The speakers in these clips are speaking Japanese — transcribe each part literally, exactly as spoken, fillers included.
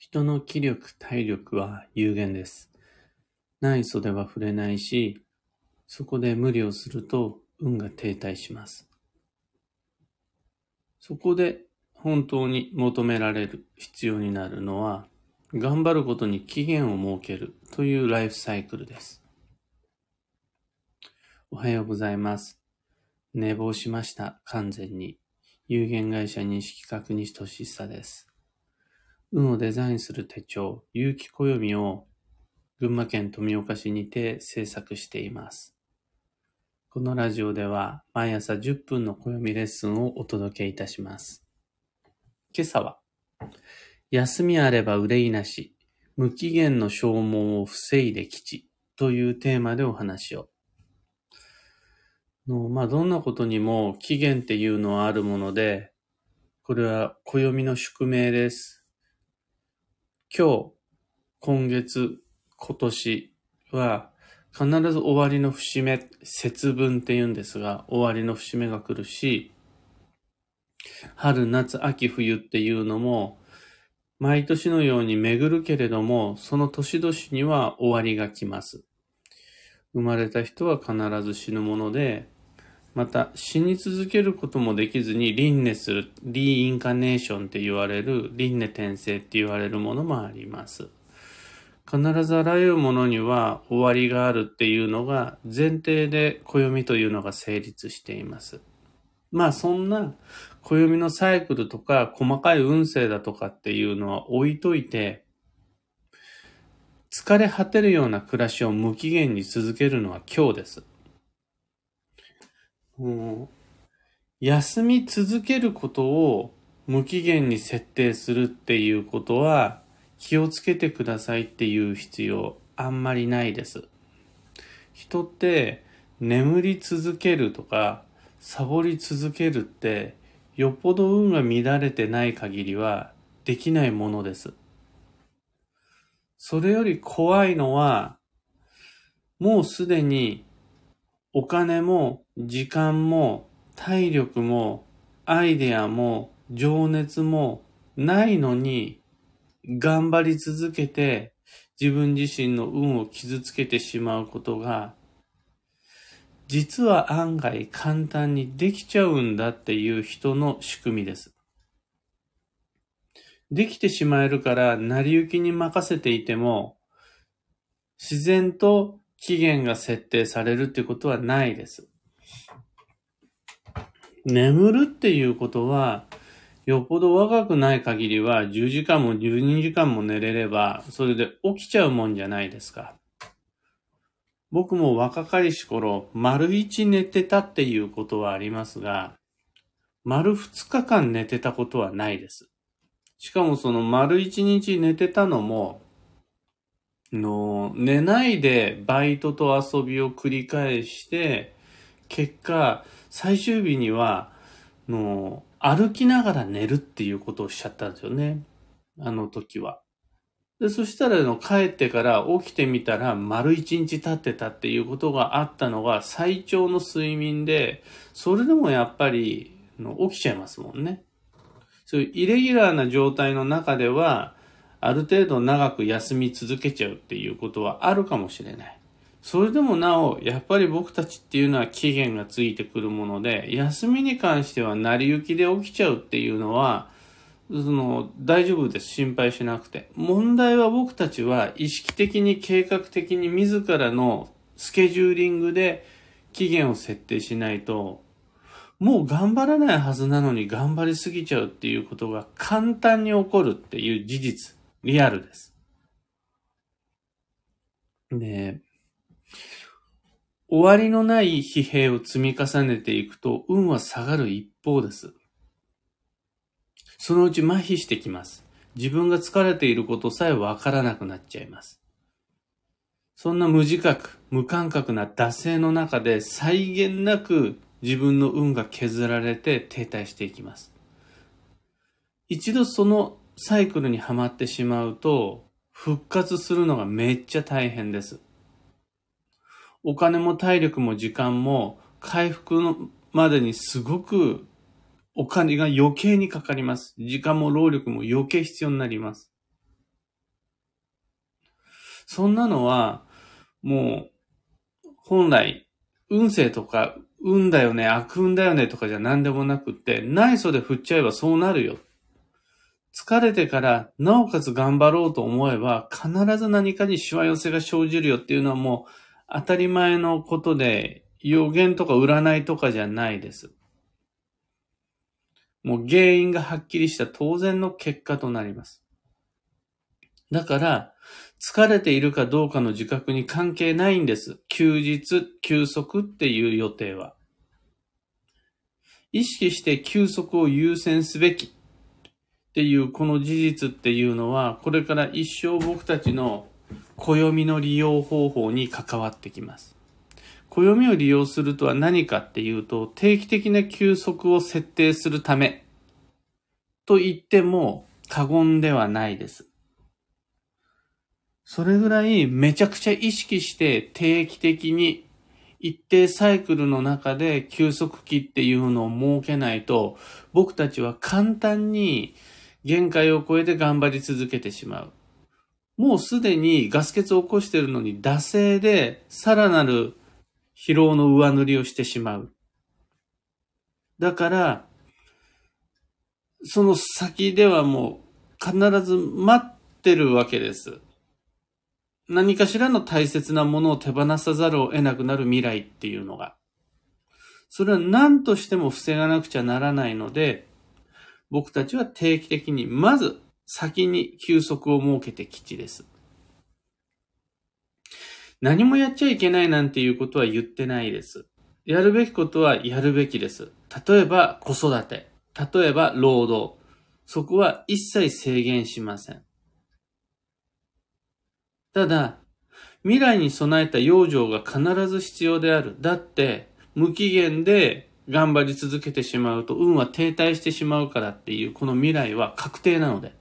人の気力、体力は有限です。ない袖は触れないし、そこで無理をすると運が停滞します。そこで本当に求められる必要になるのは、頑張ることに期限を設けるというライフサイクルです。おはようございます。寝坊しました。完全に。有限会社認識確認俊久です。運をデザインする手帳、有機暦を群馬県富岡市にて制作しています。このラジオでは毎朝じゅっぷんの暦レッスンをお届けいたします。今朝は、休みあれば憂いなし、無期限の消耗を防いで吉というテーマでお話を。のまあ、どんなことにも期限っていうのはあるもので、これは暦の宿命です。今日、今月、今年は必ず終わりの節目、節分って言うんですが、終わりの節目が来るし、春、夏、秋、冬っていうのも、毎年のように巡るけれども、その年々には終わりが来ます。生まれた人は必ず死ぬもので、また死に続けることもできずに輪廻する、リインカネーションって言われる、輪廻転生って言われるものもあります。必ずあらゆるものには終わりがあるっていうのが前提で暦というのが成立しています。まあそんな暦のサイクルとか細かい運勢だとかっていうのは置いといて、疲れ果てるような暮らしを無期限に続けるのは今日です。うん休み続けることを無期限に設定するっていうことは気をつけてくださいっていう必要あんまりないです。人って眠り続けるとかサボり続けるってよっぽど運が乱れてない限りはできないものです。それより怖いのはもうすでにお金も時間も体力もアイデアも情熱もないのに頑張り続けて自分自身の運を傷つけてしまうことが実は案外簡単にできちゃうんだっていう人の仕組みです。できてしまえるから成り行きに任せていても自然と期限が設定されるってことはないです。眠るっていうことはよっぽど若くない限りはじゅうじかんもじゅうにじかんも寝れればそれで起きちゃうもんじゃないですか。僕も若かりし頃丸一寝てたっていうことはありますが丸二日間寝てたことはないです。しかもその丸一日寝てたのもの寝ないでバイトと遊びを繰り返して結果最終日にはの歩きながら寝るっていうことをしちゃったんですよね。あの時は。で、そしたらの帰ってから起きてみたら丸一日経ってたっていうことがあったのが最長の睡眠で、それでもやっぱりの起きちゃいますもんね。そういうイレギュラーな状態の中では、ある程度長く休み続けちゃうっていうことはあるかもしれない。それでもなお、やっぱり僕たちっていうのは期限がついてくるもので、休みに関しては成り行きで起きちゃうっていうのは、その、大丈夫です。心配しなくて。問題は僕たちは意識的に計画的に自らのスケジューリングで期限を設定しないと、もう頑張らないはずなのに頑張りすぎちゃうっていうことが簡単に起こるっていう事実、リアルです。で、終わりのない疲弊を積み重ねていくと運は下がる一方です。そのうち麻痺してきます。自分が疲れていることさえわからなくなっちゃいます。そんな無自覚、無感覚な惰性の中で際限なく自分の運が削られて停滞していきます。一度そのサイクルにはまってしまうと復活するのがめっちゃ大変です。お金も体力も時間も回復のまでにすごくお金が余計にかかります。時間も労力も余計必要になります。 そんなのは、もう、本来、運勢とか、運だよね、悪運だよねとかじゃ何でもなくって、内緒で振っちゃえばそうなるよ。疲れてから、なおかつ頑張ろうと思えば、必ず何かにしわ寄せが生じるよっていうのはもう、当たり前のことで、予言とか占いとかじゃないです。もう原因がはっきりした当然の結果となります。だから、疲れているかどうかの自覚に関係ないんです。休日、休息っていう予定は。意識して休息を優先すべきっていうこの事実っていうのは、これから一生僕たちの暦の利用方法に関わってきます。暦を利用するとは何かっていうと、定期的な休息を設定するためと言っても過言ではないです。それぐらいめちゃくちゃ意識して定期的に一定サイクルの中で休息期っていうのを設けないと、僕たちは簡単に限界を超えて頑張り続けてしまう。もうすでにガス欠を起こしているのに惰性でさらなる疲労の上塗りをしてしまう。だから、その先ではもう必ず待ってるわけです。何かしらの大切なものを手放さざるを得なくなる未来っていうのが。それは何としても防がなくちゃならないので、僕たちは定期的に、まず先に休息を設けて吉です。何もやっちゃいけないなんていうことは言ってないです。やるべきことはやるべきです。例えば子育て、例えば労働。そこは一切制限しません。ただ、未来に備えた養生が必ず必要である。だって、無期限で頑張り続けてしまうと運は停滞してしまうからっていうこの未来は確定なので。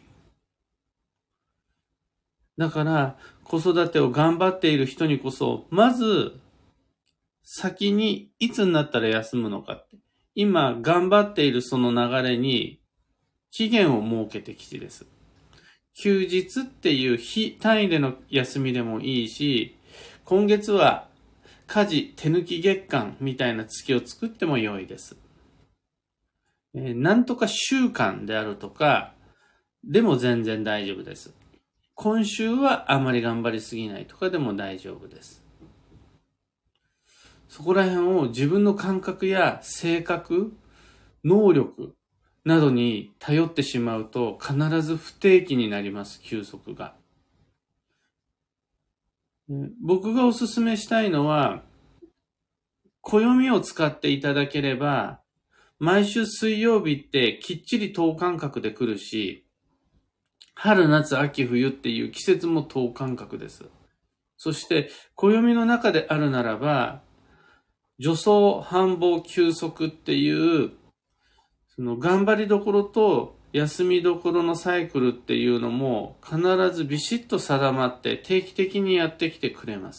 だから子育てを頑張っている人にこそ、まず先にいつになったら休むのかって。今頑張っているその流れに期限を設けてきてです。休日っていう日単位での休みでもいいし、今月は家事手抜き月間みたいな月を作っても良いです。えー、なんとか習慣であるとか、でも全然大丈夫です。今週はあまり頑張りすぎないとかでも大丈夫です。そこら辺を自分の感覚や性格、能力などに頼ってしまうと必ず不定期になります、休息が。僕がおすすめしたいのは、暦を使っていただければ、毎週水曜日ってきっちり等間隔で来るし、春、夏、秋、冬っていう季節も等間隔です。そして、暦の中であるならば、助走、繁忙、休息っていう、その頑張りどころと休みどころのサイクルっていうのも必ずビシッと定まって定期的にやってきてくれます。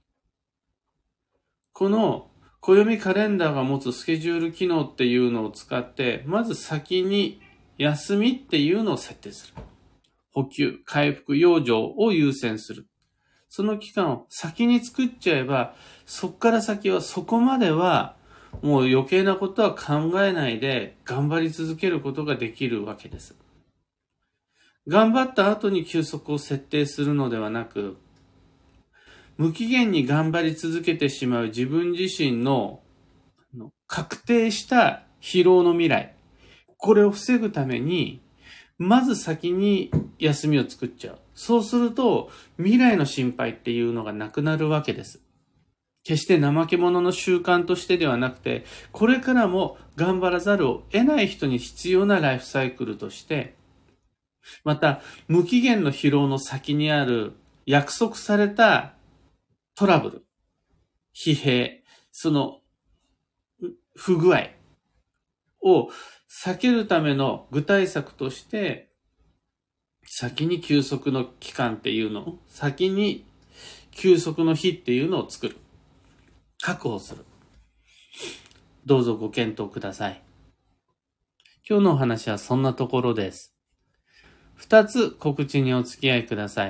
この暦カレンダーが持つスケジュール機能っていうのを使って、まず先に休みっていうのを設定する。補給、回復、養生を優先する。その期間を先に作っちゃえば、そっから先はそこまではもう余計なことは考えないで頑張り続けることができるわけです。頑張った後に休息を設定するのではなく、無期限に頑張り続けてしまう自分自身の確定した疲労の未来、これを防ぐために、まず先に休みを作っちゃう。そうすると、未来の心配っていうのがなくなるわけです。決して怠け者の習慣としてではなくて、これからも頑張らざるを得ない人に必要なライフサイクルとして、また、無期限の疲労の先にある約束されたトラブル、疲弊、その不具合を避けるための具体策として、先に休息の期間っていうのを、先に休息の日っていうのを作る。確保する。どうぞご検討ください。今日のお話はそんなところです。二つ告知にお付き合いください。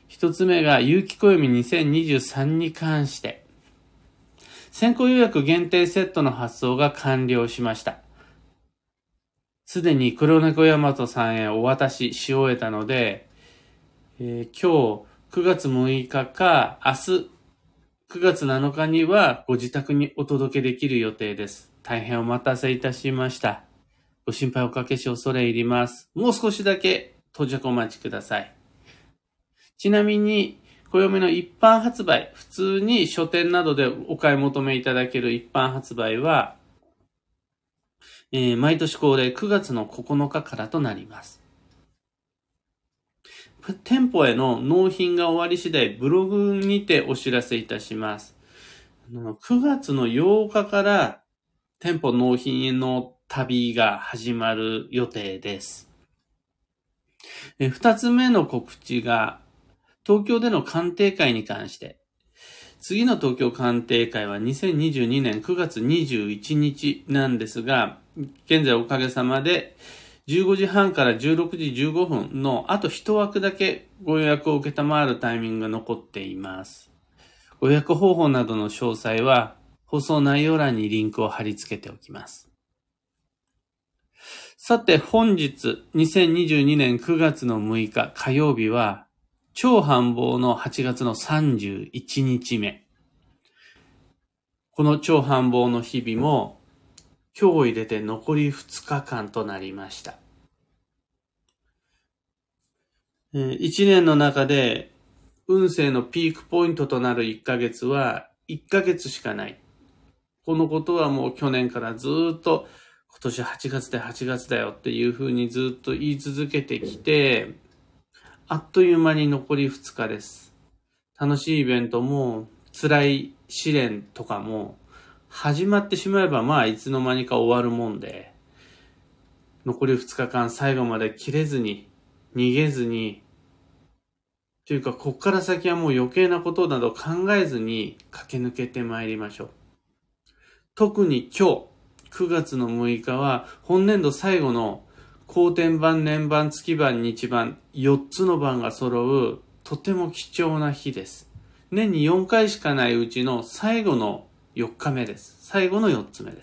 一つ目が有機暦にせんにじゅうさんに関して、先行予約限定セットの発送が完了しました。すでに黒猫大和さんへお渡しし終えたので、えー、今日くがつむいかか明日くがつなのかにはご自宅にお届けできる予定です。大変お待たせいたしました。ご心配おかけし恐れ入ります。もう少しだけ到着お待ちください。ちなみに、暦の一般発売、普通に書店などでお買い求めいただける一般発売は、えー、毎年恒例くがつのここのかからとなります。店舗への納品が終わり次第、ブログにてお知らせいたします。くがつのようかから店舗納品への旅が始まる予定です。えー、二つ目の告知が、東京での鑑定会に関して、次の東京鑑定会はにせんにじゅうにねんくがつにじゅういちにちなんですが、現在おかげさまでじゅうごじはんからじゅうろくじじゅうごふんのあと一枠だけご予約を受けたまわるタイミングが残っています。ご予約方法などの詳細は放送内容欄にリンクを貼り付けておきます。さて本日にせんにじゅうにねんくがつのむいか火曜日は超繁忙のはちがつのさんじゅういちにちめ。この超繁忙の日々も今日を入れて残りふつかかんとなりました。いちねんの中で運勢のピークポイントとなるいっかげつはいっかげつしかない。このことはもう去年からずっと今年はちがつではちがつだよっていうふうにずっと言い続けてきて、あっという間に残りふつかです。楽しいイベントも辛い試練とかも始まってしまえばまあいつの間にか終わるもんで、残りふつかかん最後まで切れずに逃げずにというかこっから先はもう余計なことなど考えずに駆け抜けてまいりましょう。特に今日くがつのむいかは本年度最後の後天番、年番、月番、日番、よっつの番が揃うとても貴重な日です。年によんかいしかないうちの最後のよっかめです。最後のよっつめです。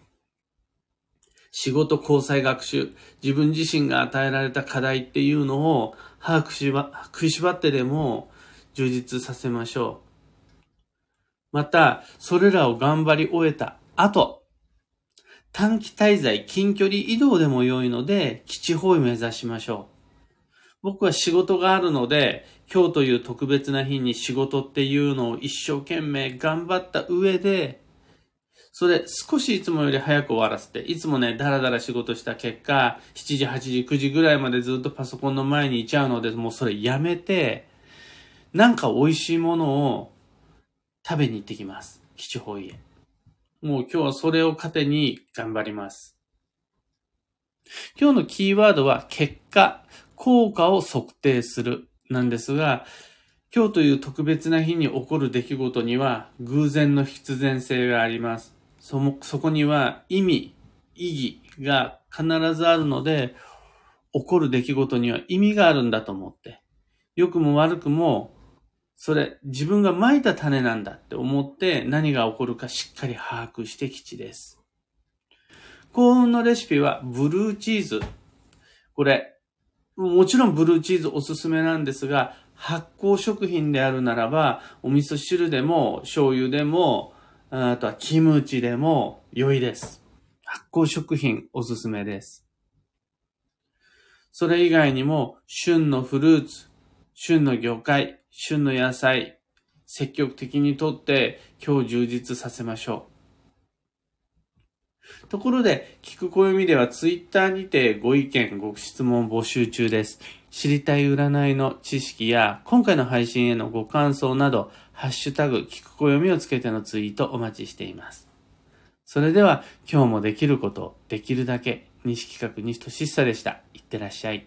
仕事、交際、学習、自分自身が与えられた課題っていうのを把握しば、食いしばってでも充実させましょう。また、それらを頑張り終えた後、短期滞在、近距離移動でも良いので、基地方位目指しましょう。僕は仕事があるので、今日という特別な日に仕事っていうのを一生懸命頑張った上で、それ少しいつもより早く終わらせて、いつもね、だらだら仕事した結果、しちじ、はちじ、くじぐらいまでずっとパソコンの前にいちゃうので、もうそれやめて、なんか美味しいものを食べに行ってきます。基地方位へ。もう今日はそれを糧に頑張ります。今日のキーワードは結果、効果を測定するなんですが、今日という特別な日に起こる出来事には偶然の必然性があります。そも、そこには意味、意義が必ずあるので、起こる出来事には意味があるんだと思って、良くも悪くもそれ自分が蒔いた種なんだって思って何が起こるかしっかり把握して吉です。幸運のレシピはブルーチーズ。これ、もちろんブルーチーズおすすめなんですが、発酵食品であるならば、お味噌汁でも醤油でも、あとはキムチでも良いです。発酵食品おすすめです。それ以外にも旬のフルーツ、旬の魚介、旬の野菜、積極的にとって今日充実させましょう。ところで、聞く暦ではツイッターにてご意見、ご質問募集中です。知りたい占いの知識や今回の配信へのご感想など、ハッシュタグ聞く暦をつけてのツイートお待ちしています。それでは今日もできること、できるだけ、西企画西俊久でした。いってらっしゃい。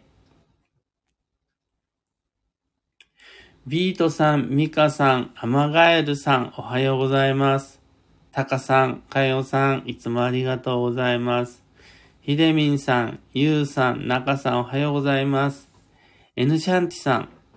ビートさん、ミカさん、アマガエルさん、おはようございます。タカさん、カヨさん、いつもありがとうございます。ヒデミンさん、ユウさん、ナカさん、おはようございます。エヌシャンティさん、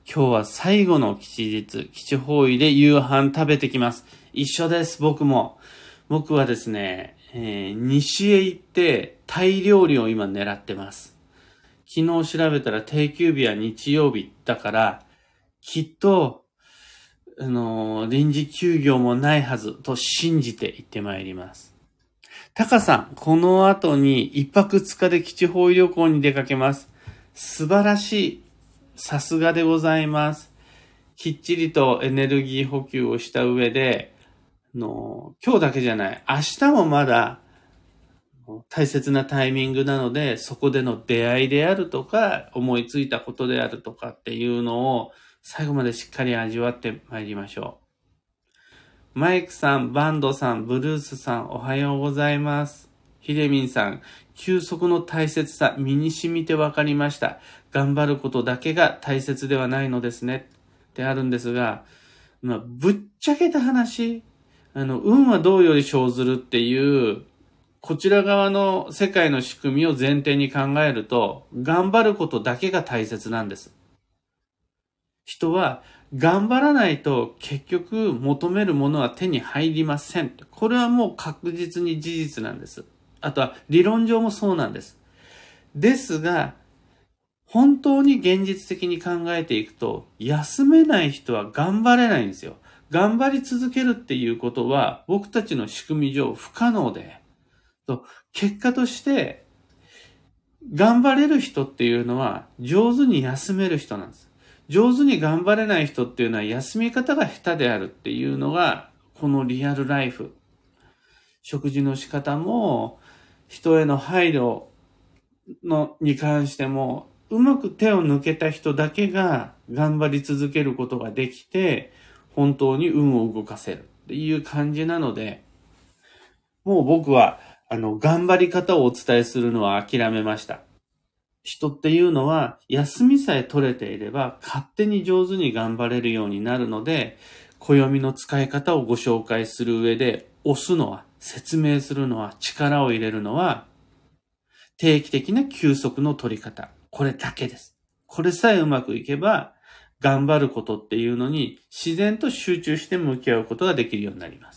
今日は最後の吉日、吉方位で夕飯食べてきます。一緒です、僕も。僕はですね、えー、西へ行ってタイ料理を今狙ってます。昨日調べたら定休日は日曜日だから、きっと、あのー、臨時休業もないはずと信じて行ってまいります。タカさん、この後に一泊二日で吉方位旅行に出かけます。素晴らしい。さすがでございます。きっちりとエネルギー補給をした上で、の今日だけじゃない、明日もまだ大切なタイミングなので、そこでの出会いであるとか、思いついたことであるとかっていうのを最後までしっかり味わってまいりましょう。マイクさん、バンドさん、ブルースさん、おはようございます。ヒデミンさん、休息の大切さ、身に染みて分かりました。頑張ることだけが大切ではないのですね。ってあるんですが、まあ、ぶっちゃけた話、あの、運はどうより生ずるっていう、こちら側の世界の仕組みを前提に考えると、頑張ることだけが大切なんです。人は頑張らないと結局求めるものは手に入りません。これはもう確実に事実なんです。あとは理論上もそうなんです。ですが、本当に現実的に考えていくと、休めない人は頑張れないんですよ。頑張り続けるっていうことは僕たちの仕組み上不可能で、結果として頑張れる人っていうのは上手に休める人なんです。上手に頑張れない人っていうのは休み方が下手であるっていうのがこのリアルライフ。食事の仕方も人への配慮のに関してもうまく手を抜けた人だけが頑張り続けることができて本当に運を動かせるっていう感じなので、もう僕はあの頑張り方をお伝えするのは諦めました。人っていうのは休みさえ取れていれば勝手に上手に頑張れるようになるので、暦の使い方をご紹介する上で押すのは、説明するのは、力を入れるのは定期的な休息の取り方。これだけです。これさえうまくいけば頑張ることっていうのに自然と集中して向き合うことができるようになります。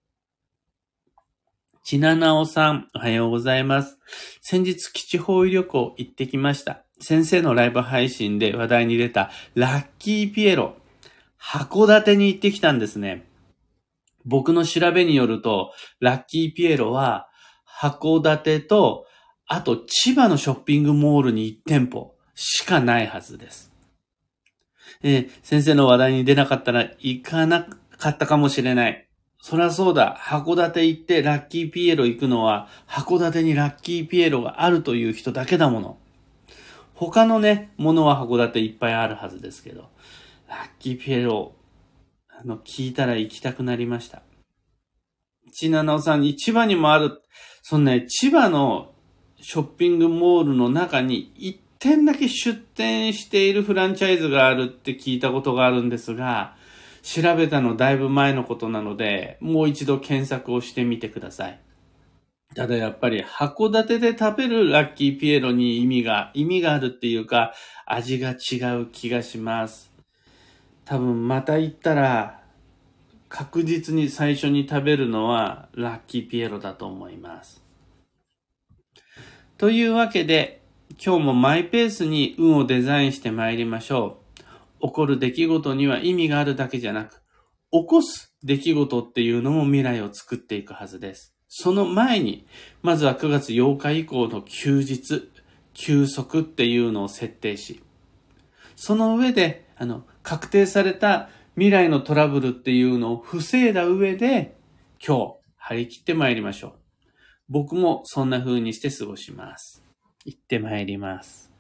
ちななおさん、おはようございます。先日、吉方位旅行行ってきました。先生のライブ配信で話題に出たラッキーピエロ、函館に行ってきたんですね。僕の調べによると、ラッキーピエロは函館と、あと千葉のショッピングモールにいち店舗しかないはずです。えー、先生の話題に出なかったら行かなかったかもしれない。そりゃそうだ。函館行ってラッキーピエロ行くのは、函館にラッキーピエロがあるという人だけだもの。他のね、ものは函館いっぱいあるはずですけど、ラッキーピエロ、あの、聞いたら行きたくなりました。ちななおさんに千葉にもある、そんな、ね、千葉のショッピングモールの中にいち店だけ出店しているフランチャイズがあるって聞いたことがあるんですが、調べたのだいぶ前のことなので、もう一度検索をしてみてください。ただやっぱり函館で食べるラッキーピエロに意味が、意味があるっていうか、味が違う気がします。多分また行ったら、確実に最初に食べるのはラッキーピエロだと思います。というわけで、今日もマイペースに運をデザインして参りましょう。起こる出来事には意味があるだけじゃなく、起こす出来事っていうのも未来を作っていくはずです。その前に、まずはくがつようか以降の休日、休息っていうのを設定し、その上で、あの、確定された未来のトラブルっていうのを防いだ上で、今日、張り切って参りましょう。僕もそんな風にして過ごします。行って参ります。